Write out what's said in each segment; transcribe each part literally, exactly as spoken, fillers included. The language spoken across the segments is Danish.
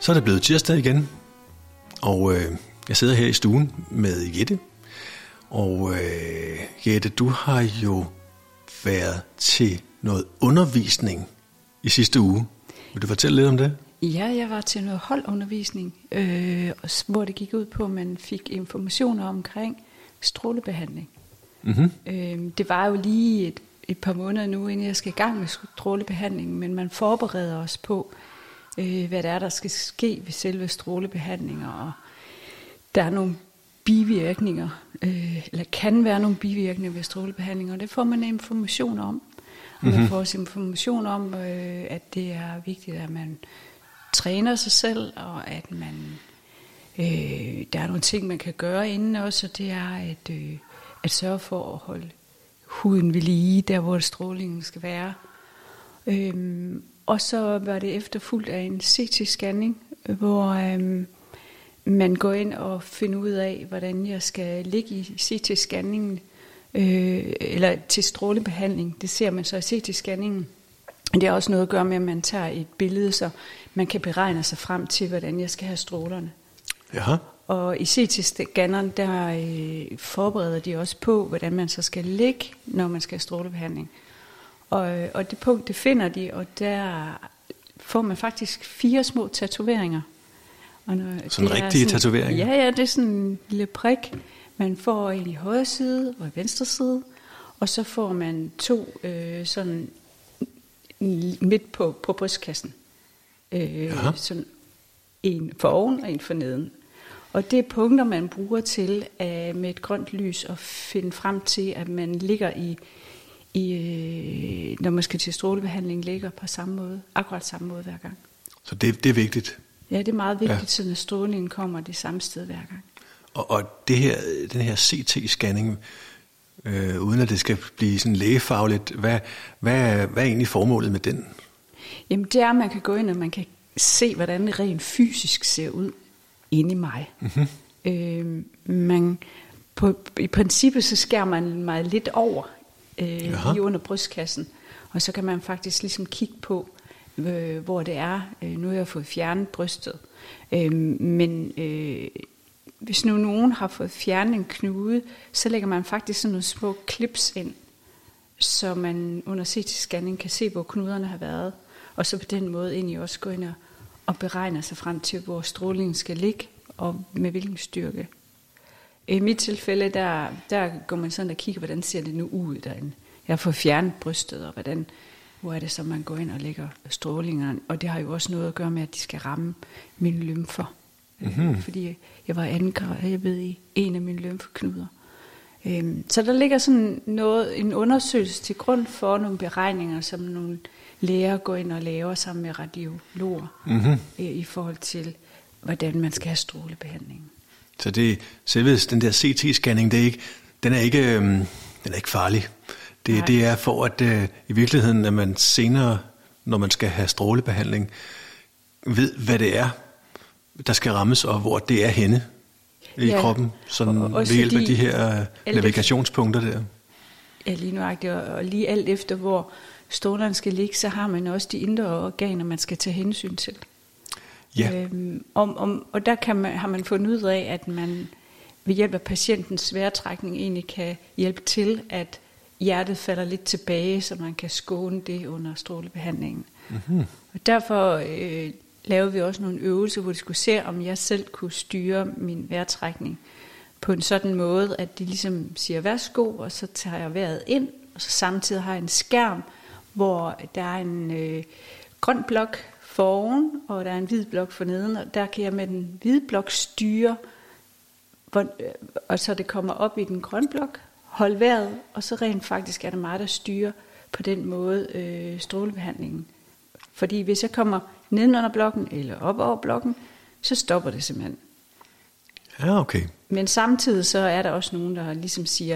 Så er det blevet tirsdag igen, og øh, jeg sidder her i stuen med Jette. Og øh, Jette, du har jo været til noget undervisning i sidste uge. Vil du fortælle lidt om det? Ja, jeg var til noget holdundervisning, øh, hvor det gik ud på, at man fik informationer omkring strålebehandling. Mm-hmm. Øh, det var jo lige et, et par måneder nu, inden jeg skal i gang med strålebehandling, men man forbereder os på, øh, hvad det er, der skal ske ved selve strålebehandlinger, og der er nogle bivirkninger, øh, eller kan være nogle bivirkninger ved strålebehandling, og det får man information om. Og man mm-hmm. får også information om, øh, at det er vigtigt, at man træner sig selv, og at man øh, der er nogle ting, man kan gøre inden også, og det er at, øh, at sørge for at holde huden ved lige, der hvor strålingen skal være. Øhm, og så var det efterfulgt af en C T-scanning, hvor øh, man går ind og finder ud af, hvordan jeg skal ligge i C T-scanningen, øh, eller til strålebehandling. Det ser man så i C T-scanningen. Det har også noget at gøre med, at man tager et billede, så man kan beregne sig frem til, hvordan jeg skal have strålerne. Jaha. Og i C T-scanneren, der øh, forbereder de også på, hvordan man så skal ligge, når man skal have strålebehandling. Og, og det punkt, det finder de, og der får man faktisk fire små tatoveringer. Og når, sådan rigtige tatoveringer? Ja, ja, det er sådan en lille prik. Man får en i højre side og i venstre side, og så får man to øh, sådan midt på, på brystkassen. Øh, sådan en for oven og en for neden. Og det er punkter, man bruger til uh, med et grønt lys at finde frem til, at man ligger i, i uh, når man skal til strålebehandling, ligger på samme måde, akkurat samme måde hver gang. Så det, det er vigtigt? Ja, det er meget vigtigt, ja. Så når strålingen kommer det samme sted hver gang. Og, og det her, den her C T-scanning, øh, uden at det skal blive sådan lægefagligt, hvad, hvad, hvad er egentlig formålet med den? Jamen det er, at man kan gå ind, og man kan se, hvordan det rent fysisk ser ud inde i mig. Mm-hmm. Øh, man, på, i princippet så skærer man mig lidt over øh, lige under brystkassen, og så kan man faktisk ligesom kigge på, øh, hvor det er. Øh, nu har jeg fået fjernet brystet, øh, men øh, hvis nu nogen har fået fjernet en knude, så lægger man faktisk sådan nogle små clips ind, så man under C T-scanning kan se, hvor knuderne har været, og så på den måde egentlig også gå ind og og beregner sig frem til, hvor strålingen skal ligge, og med hvilken styrke. I mit tilfælde, der, der går man sådan og kigger, hvordan ser det nu ud derinde. Jeg har fået fjernet brystet, og hvordan, hvor er det så, man går ind og lægger strålingerne. Og det har jo også noget at gøre med, at de skal ramme mine lymfer. Mm-hmm. Fordi jeg var angrebet i en af mine lymfeknuder. Så der ligger sådan noget, en undersøgelse til grund for nogle beregninger, som nogle læger går ind og laver sammen med radiologer, mm-hmm. i forhold til, hvordan man skal have strålebehandling. Så det selve den der C T-scanning, det er ikke, den er ikke, øhm, den er ikke farlig. Det, det er for at øh, i virkeligheden, at man senere, når man skal have strålebehandling, ved hvad det er, der skal rammes, og hvor det er henne i ja, kroppen, sådan og, ved hjælp af de her navigationspunkter der. Ja, lige nuagtigt, og lige alt efter, hvor strålerne skal ligge, så har man også de indre organer, man skal tage hensyn til. Ja. Øhm, om, om, og der kan man, har man fundet ud af, at man ved hjælp af patientens vejrtrækning egentlig kan hjælpe til, at hjertet falder lidt tilbage, så man kan skåne det under strålebehandlingen. Mm-hmm. Og derfor øh, lavede vi også nogle øvelser, hvor de skulle se, om jeg selv kunne styre min vejrtrækning på en sådan måde, at de ligesom siger, værsgo, og så tager jeg vejret ind, og så samtidig har jeg en skærm, hvor der er en øh, grøn blok foroven, og der er en hvid blok for neden, og der kan jeg med den hvide blok styre, hvor, øh, og så det kommer op i den grønne blok, holde vejret, og så rent faktisk er det mig, der styrer på den måde øh, strålebehandlingen. Fordi hvis jeg kommer neden under blokken, eller op over blokken, så stopper det simpelthen. Ja, okay. Men samtidig så er der også nogen, der ligesom siger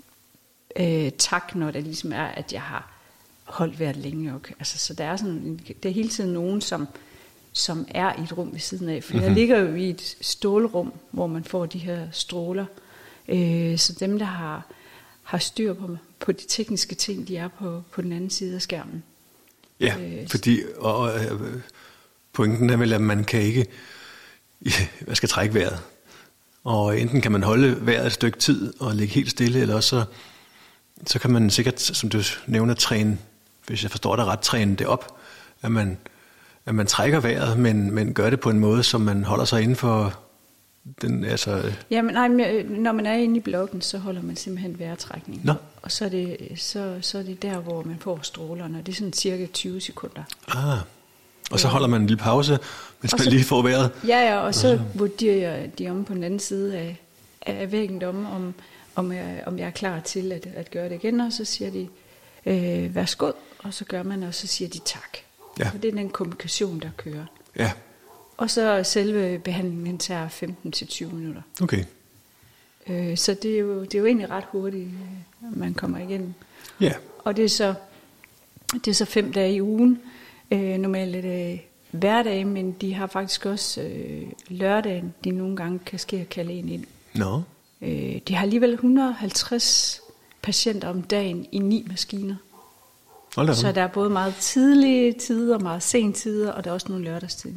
øh, tak, når det ligesom er, at jeg har holdt vejret længe nok. Altså, så der er sådan, det er hele tiden nogen, som, som er i et rum ved siden af. For mm-hmm. jeg ligger jo i et stålrum, hvor man får de her stråler. Øh, så dem, der har, har styr på, på de tekniske ting, de er på, på den anden side af skærmen. Ja, øh, fordi og, og, pointen er vel, at man kan ikke, man skal trække vejret. Og enten kan man holde vejret et stykke tid og ligge helt stille, eller også så, så kan man sikkert, som du nævner, træne, hvis jeg forstår dig ret, træne det op, at man, at man trækker vejret, men, men gør det på en måde, som man holder sig inden for den, altså... Ja, men nej, når man er inde i blokken, så holder man simpelthen vejrtrækning. Nå. Og så er, det, så, så er det der, hvor man får strålerne, og det er sådan cirka tyve sekunder. Ah, og så holder man en lille pause, mens og man så, lige får vejret. Ja, ja, og så vurderer de om på den anden side af, af væggen om, om, om, jeg, om jeg er klar til at, at gøre det igen, og så siger de, øh, værsgo, og så gør man, og så siger de tak. Ja. Og det er den kommunikation, der kører. Ja. Og så selve behandlingen tager femten til tyve minutter. Okay. Øh, så det er, jo, det er jo egentlig ret hurtigt, man kommer igennem. Ja. Og det er så, det er så fem dage i ugen. Øh, normalt er det hverdag, men de har faktisk også øh, lørdagen, de nogle gange kan ske at kalde en ind. Nå. Øh, de har alligevel et hundrede og halvtreds patienter om dagen i ni maskiner. Så der er både meget tidlige tider, meget sene tider, og der er også nogle lørdagstider.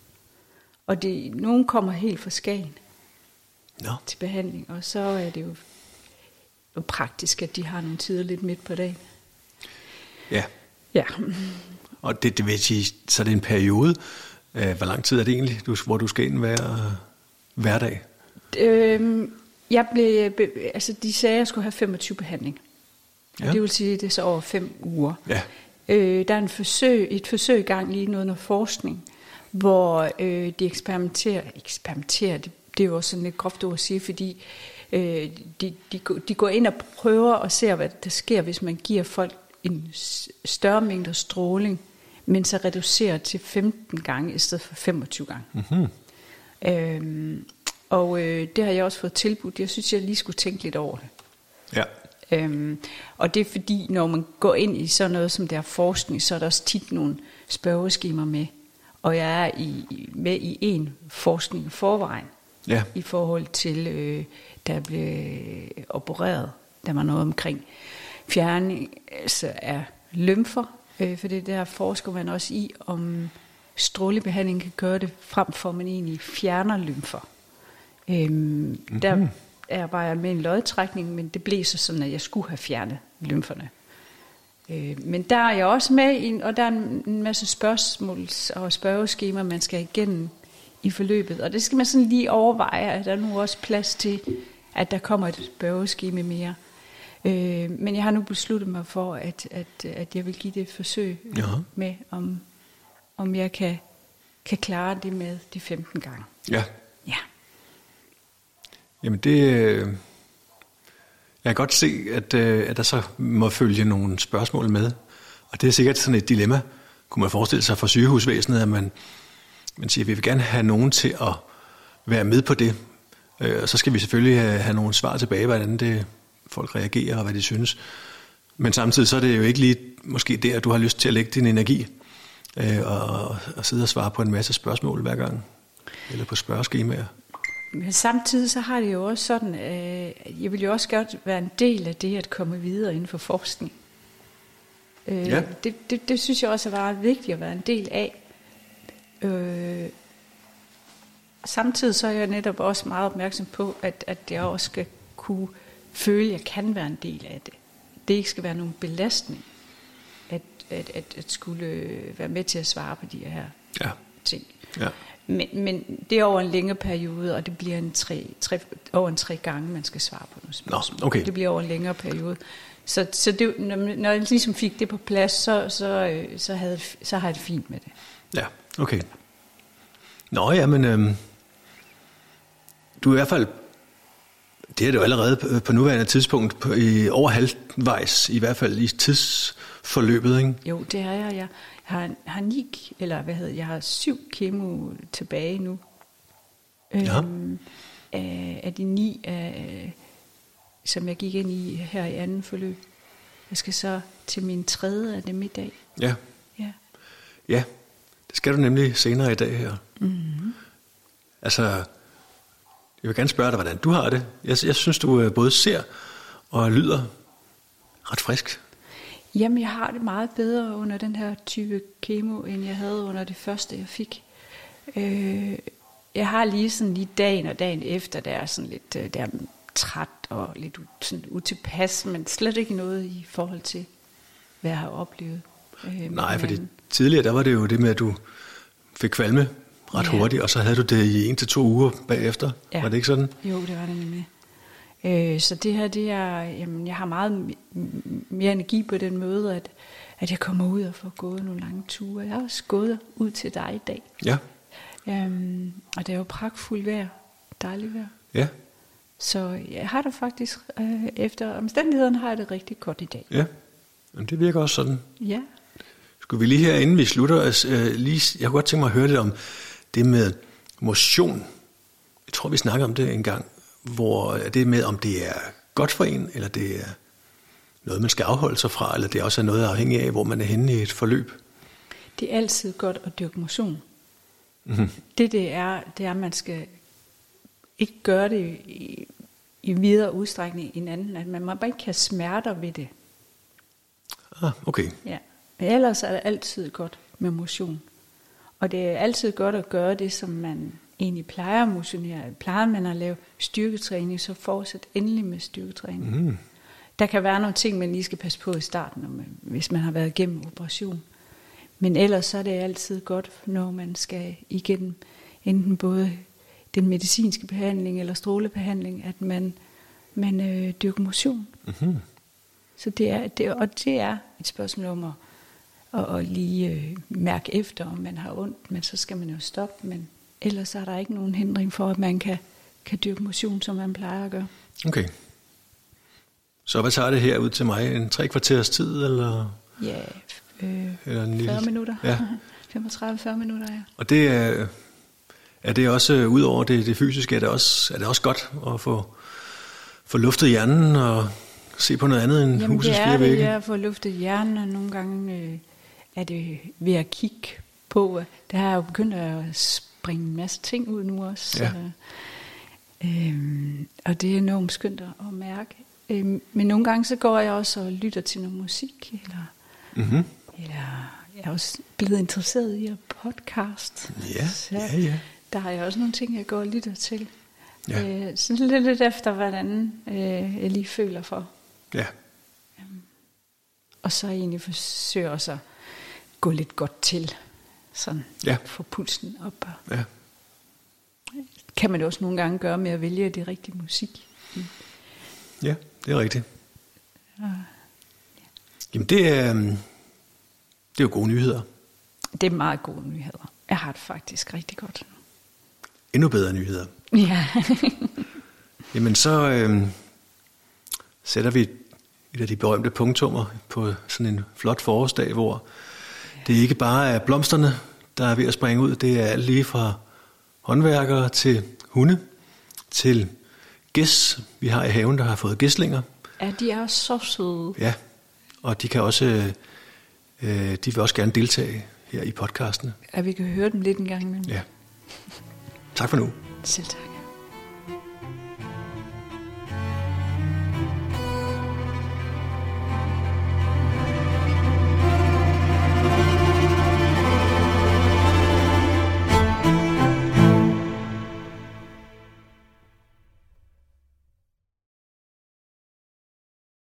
Og det, nogen kommer helt fra Skagen Nå. til behandling, og så er det jo, jo praktisk, at de har nogle tider lidt midt på dagen. Ja. Ja. Og det, det vil sige, så er det en periode. Hvor lang tid er det egentlig, hvor du skal ind hver hverdag? Øhm, jeg blev, altså de sagde, at jeg skulle have femogtyve behandling. Og ja. Det vil sige, at det er så over fem uger. Ja. Øh, der er en forsøg, et forsøg i gang lige noget, noget forskning, hvor øh, de eksperimenterer, eksperimenterer, det, det er jo også sådan lidt groft ord at sige, fordi øh, de, de, de går ind og prøver og ser, hvad der sker, hvis man giver folk en større mængde stråling, men så reducerer til femten gange i stedet for femogtyve gange. Mm-hmm. Øhm, og øh, det har jeg også fået tilbudt. Jeg synes, jeg lige skulle tænke lidt over det. Ja. Øhm, og det er fordi, når man går ind i sådan noget som der forskning, så er der også tit nogle spørgeskemaer med. Og jeg er i, med i en forskning i forvejen, ja. I forhold til, øh, der blev opereret, der var noget omkring fjerning altså af lymfer, øh, for det der forsker man også i, om strålebehandling kan gøre det, frem for at man egentlig fjerner lymfer. Øhm, mm-hmm. Der er bare med en lodtrækning, men det blev så sådan, at jeg skulle have fjernet lymferne. Øh, men der er jeg også med i, og der er en masse spørgsmål og spørgeskemaer, man skal igennem i forløbet. Og det skal man sådan lige overveje, at der er nu også plads til, at der kommer et spørgeskema mere. Øh, men jeg har nu besluttet mig for, at, at, at jeg vil give det et forsøg ja. med, om, om jeg kan, kan klare det med de femten gange. Ja. Ja. Jamen det... Jeg kan godt se, at, at der så må følge nogle spørgsmål med. Og det er sikkert sådan et dilemma, kunne man forestille sig for sygehusvæsenet, at man, man siger, at vi vil gerne have nogen til at være med på det. Og så skal vi selvfølgelig have, have nogle svar tilbage, hvordan det, folk reagerer og hvad de synes. Men samtidig så er det jo ikke lige måske der, at du har lyst til at lægge din energi og, og sidde og svare på en masse spørgsmål hver gang. Eller på spørgeskemaer. Men samtidig så har det jo også sådan, at jeg vil jo også godt være en del af det at komme videre inden for forskning. Ja. Det, det, det synes jeg også er meget vigtigt at være en del af. Øh, samtidig så er jeg netop også meget opmærksom på, at, at jeg også skal kunne føle, at jeg kan være en del af det. Det ikke skal være nogen belastning, at, at, at, at skulle være med til at svare på de her ja. ting. Ja. Men, men det er over en længere periode, og det bliver en tre, tre, over en tre gange, man skal svare på nogle spørgsmål. Nå, okay. Det bliver over en længere periode. Så, så det, når jeg ligesom fik det på plads, så, så, så, havde, så har jeg det fint med det. Ja, okay. Nå ja, men øhm, du er i hvert fald, det er det jo allerede på nuværende tidspunkt, på, i, over halvvejs, i hvert fald i tidsforløbet, ikke? Jo, det er jeg, ja. Jeg har, har ni, eller hvad hedder jeg har syv kemo tilbage nu. Ja. Øhm, af, af de ni, af, som jeg gik ind i her i anden forløb. Jeg skal så til min tredje af dem i dag. Ja. Ja. Ja, det skal du nemlig senere i dag her. Mm-hmm. Altså, jeg vil gerne spørge dig, hvordan du har det. Jeg, jeg synes, du både ser og lyder ret frisk. Jamen, jeg har det meget bedre under den her type kemo, end jeg havde under det første, jeg fik. Øh, jeg har lige sådan lige dagen og dagen efter, der er sådan lidt der er træt og lidt sådan utilpas, men slet ikke noget i forhold til, hvad jeg har oplevet. Øh, Nej, fordi tidligere, der var det jo det med, at du fik kvalme ret ja. hurtigt, og så havde du det i en til to uger bagefter. Ja. Var det ikke sådan? Jo, det var det nemlig. Øh, så det her, det er, jamen, jeg har meget mere energi på den måde, at, at jeg kommer ud og får gået nogle lange ture. Jeg har også gået ud til dig i dag. Ja. Øhm, og det er jo pragtfuldt vejr. Dejligt vejr. Ja. Så jeg har det faktisk, øh, efter omstændighederne har jeg det rigtig godt i dag. Ja, men det virker også sådan. Ja. Skulle vi lige her, inden vi slutter, øh, lige, jeg kunne godt tænke mig at høre lidt om det med motion. Jeg tror, vi snakker om det en gang, hvor det med, om det er godt for en, eller det er noget, man skal afholde sig fra, eller det også er noget afhængig af, hvor man er henne i et forløb. Det er altid godt at dyrke motion. Mm-hmm. Det, det er, det er, at man skal ikke gøre det i, i videre udstrækning end anden, at man bare ikke kan smerter ved det. Ah, okay. Ja. Men ellers er det altid godt med motion. Og det er altid godt at gøre det, som man egentlig plejer at motionere. Plejer man at lave styrketræning, så fortsæt endelig med styrketræning. Mm. Der kan være nogle ting, man lige skal passe på i starten, hvis man har været igennem operation. Men ellers så er det altid godt, når man skal igennem enten både den medicinske behandling eller strålebehandling, at man, man øh, dyrker motion. Mm-hmm. Så det er, det, og det er et spørgsmål om at, at, at lige øh, mærke efter, om man har ondt, men så skal man jo stoppe. Men ellers er der ikke nogen hindring for, at man kan, kan dyrke motion, som man plejer at gøre. Okay. Så hvad tager det her ud til mig? En tre kvarters tid, eller? Ja, øh, eller en lille... fyrre minutter. Ja. femogtredive til fyrre minutter, ja. Og det er, er det også, øh, ud over det, det fysiske, er det, også, er det også godt at få, få luftet hjernen og se på noget andet end Jamen, husets fire vægge? vægge? Det er at få luftet hjernen, og nogle gange øh, er det ved at kigge på. Der har jeg jo begyndt at springe en masse ting ud nu også. Ja. Øh, og det er enormt skønt at mærke. Øh, men nogle gange så går jeg også og lytter til noget musik, eller, mm-hmm. eller jeg er også blevet interesseret i at podcast. Ja, så ja, ja. Der har jeg også nogle ting, jeg går og lytter til. Ja. Øh, sådan lidt, lidt efter, hvordan øh, jeg lige føler for. Ja. Um, og så egentlig forsøger også at gå lidt godt til, sådan ja. få pulsen op. Ja. Kan man det også nogle gange gøre med at vælge det rigtige musik. Mm. Ja, det er rigtigt. Ja. Jamen det er, det er jo gode nyheder. Det er meget gode nyheder. Jeg har det faktisk rigtig godt. Endnu bedre nyheder. Ja. Jamen så øh, sætter vi et af de berømte punktummer på sådan en flot forårsdag, hvor det ikke bare er blomsterne, der er ved at springe ud. Det er alt lige fra håndværkere til hunde, til gæs, vi har i haven, der har fået gæslinger. Ja, de er så søde. Ja, og de kan også, øh, de vil også gerne deltage her i podcasten. Ja, vi kan høre dem lidt en gang imellem. Ja. Tak for nu. Selv tak.